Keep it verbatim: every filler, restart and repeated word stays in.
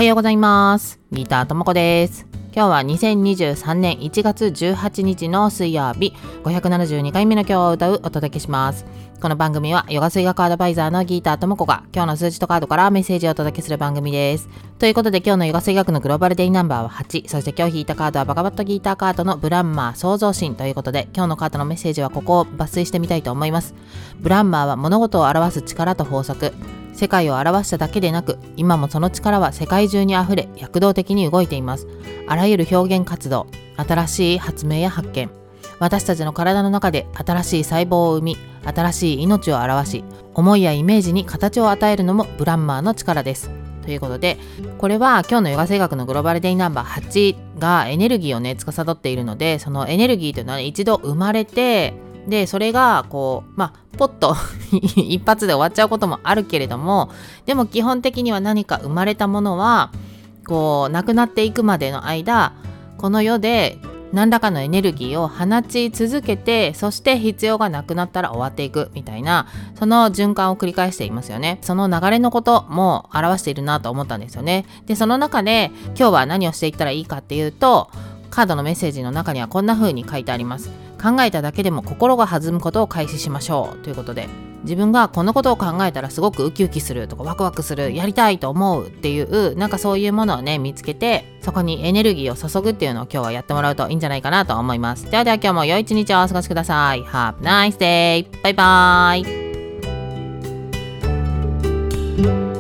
はようございます。ギターともこです。今日はにせんにじゅうさんねんいちがつじゅうはちにちの水曜日、ごひゃくななじゅうにかいめの今日を歌うお届けします。この番組はヨガ水学アドバイザーのギターともこが今日の数字とカードからメッセージをお届けする番組です。ということで今日のヨガ水学のグローバルデイナンバーははち、そして今日引いたカードはバカバットギーターカードのブランマー創造神ということで、今日のカードのメッセージはここを抜粋してみたいと思います。ブランマーは物事を表す力と法則、世界を表しただけでなく、今もその力は世界中にあふれ躍動的に動いています。あらゆる表現活動、新しい発明や発見、私たちの体の中で新しい細胞を生み、新しい命を表し、思いやイメージに形を与えるのもブランマーの力です。ということで、これは今日のヨガ声楽のグローバルデイナンバーはちがエネルギーをね司っているので、そのエネルギーというのは、ね、一度生まれて、でそれがこうまあポッと一発で終わっちゃうこともあるけれども、でも基本的には何か生まれたものはこうなくなっていくまでの間、この世で何らかのエネルギーを放ち続けて、そして必要がなくなったら終わっていくみたいな、その循環を繰り返していますよね。その流れのことも表しているなと思ったんですよね。でその中で今日は何をしていったらいいかっていうと、カードのメッセージの中にはこんな風に書いてあります。考えただけでも心が弾むことを開始しましょうということで、自分がこのことを考えたらすごくウキウキするとかワクワクする、やりたいと思うっていう、なんかそういうものをね見つけて、そこにエネルギーを注ぐっていうのを今日はやってもらうといいんじゃないかなと思います。ではでは今日も良い一日をお過ごしください。Have a nice day! バイバイ。